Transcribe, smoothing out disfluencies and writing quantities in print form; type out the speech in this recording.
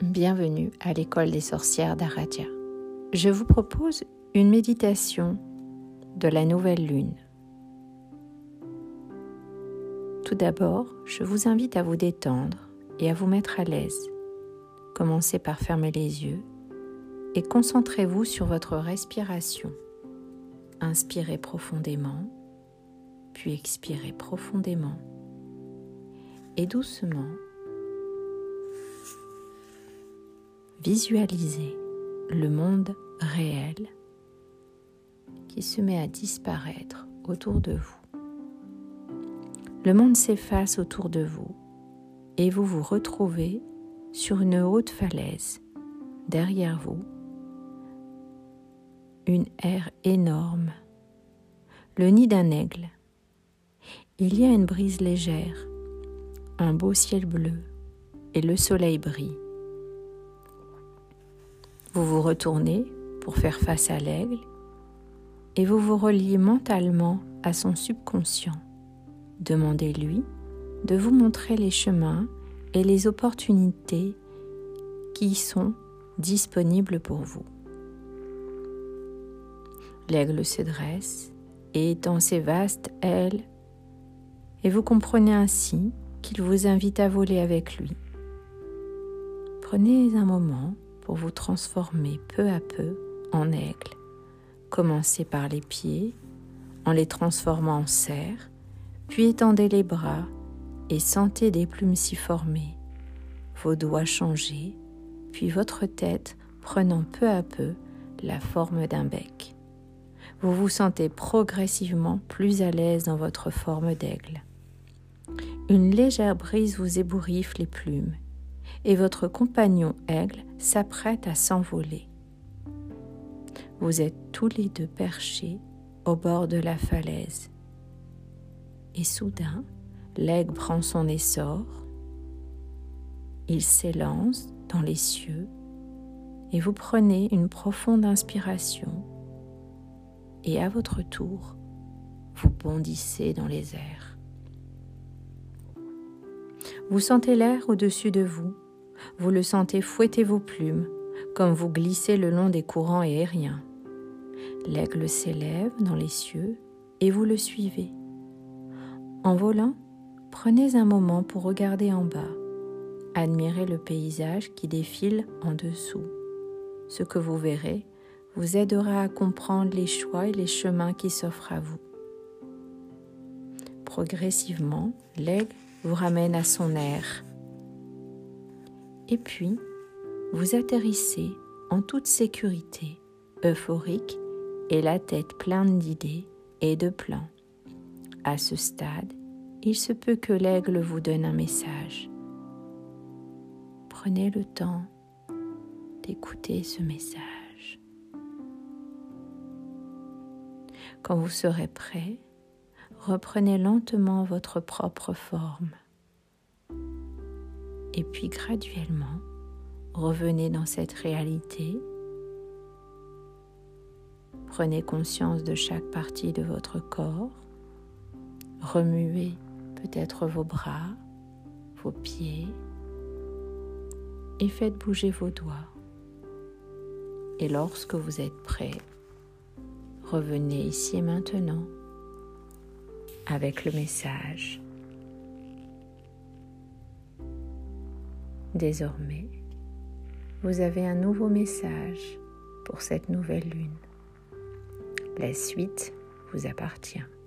Bienvenue à l'école des sorcières d'Aradia. Je vous propose une méditation de la nouvelle lune. Tout d'abord, je vous invite à vous détendre et à vous mettre à l'aise. Commencez par fermer les yeux et concentrez-vous sur votre respiration. Inspirez profondément, puis expirez profondément et doucement. Visualisez le monde réel qui se met à disparaître autour de vous. Le monde s'efface autour de vous et vous vous retrouvez sur une haute falaise. Derrière vous, une aire énorme, le nid d'un aigle. Il y a une brise légère, un beau ciel bleu et le soleil brille. Vous vous retournez pour faire face à l'aigle et vous vous reliez mentalement à son subconscient. Demandez-lui de vous montrer les chemins et les opportunités qui sont disponibles pour vous. L'aigle se dresse et étend ses vastes ailes et vous comprenez ainsi qu'il vous invite à voler avec lui. Prenez un moment pour vous transformer peu à peu en aigle. Commencez par les pieds en les transformant en cerf, puis étendez les bras et sentez des plumes s'y former, vos doigts changer, puis votre tête prenant peu à peu la forme d'un bec. Vous vous sentez progressivement plus à l'aise dans votre forme d'aigle. Une légère brise vous ébouriffe les plumes et votre compagnon aigle s'apprête à s'envoler. Vous êtes tous les deux perchés au bord de la falaise. Et soudain, l'aigle prend son essor, il s'élance dans les cieux et vous prenez une profonde inspiration et à votre tour, vous bondissez dans les airs. Vous sentez l'air au-dessus de vous. Vous le sentez fouetter vos plumes, comme vous glissez le long des courants aériens. L'aigle s'élève dans les cieux et vous le suivez. En volant, prenez un moment pour regarder en bas. Admirez le paysage qui défile en dessous. Ce que vous verrez vous aidera à comprendre les choix et les chemins qui s'offrent à vous. Progressivement, l'aigle vous ramène à son aire. Et puis, vous atterrissez en toute sécurité, euphorique et la tête pleine d'idées et de plans. À ce stade, il se peut que l'aigle vous donne un message. Prenez le temps d'écouter ce message. Quand vous serez prêt, reprenez lentement votre propre forme. Et puis graduellement, revenez dans cette réalité. Prenez conscience de chaque partie de votre corps. Remuez peut-être vos bras, vos pieds et faites bouger vos doigts. Et lorsque vous êtes prêt, revenez ici et maintenant avec le message. Désormais, vous avez un nouveau message pour cette nouvelle lune. La suite vous appartient.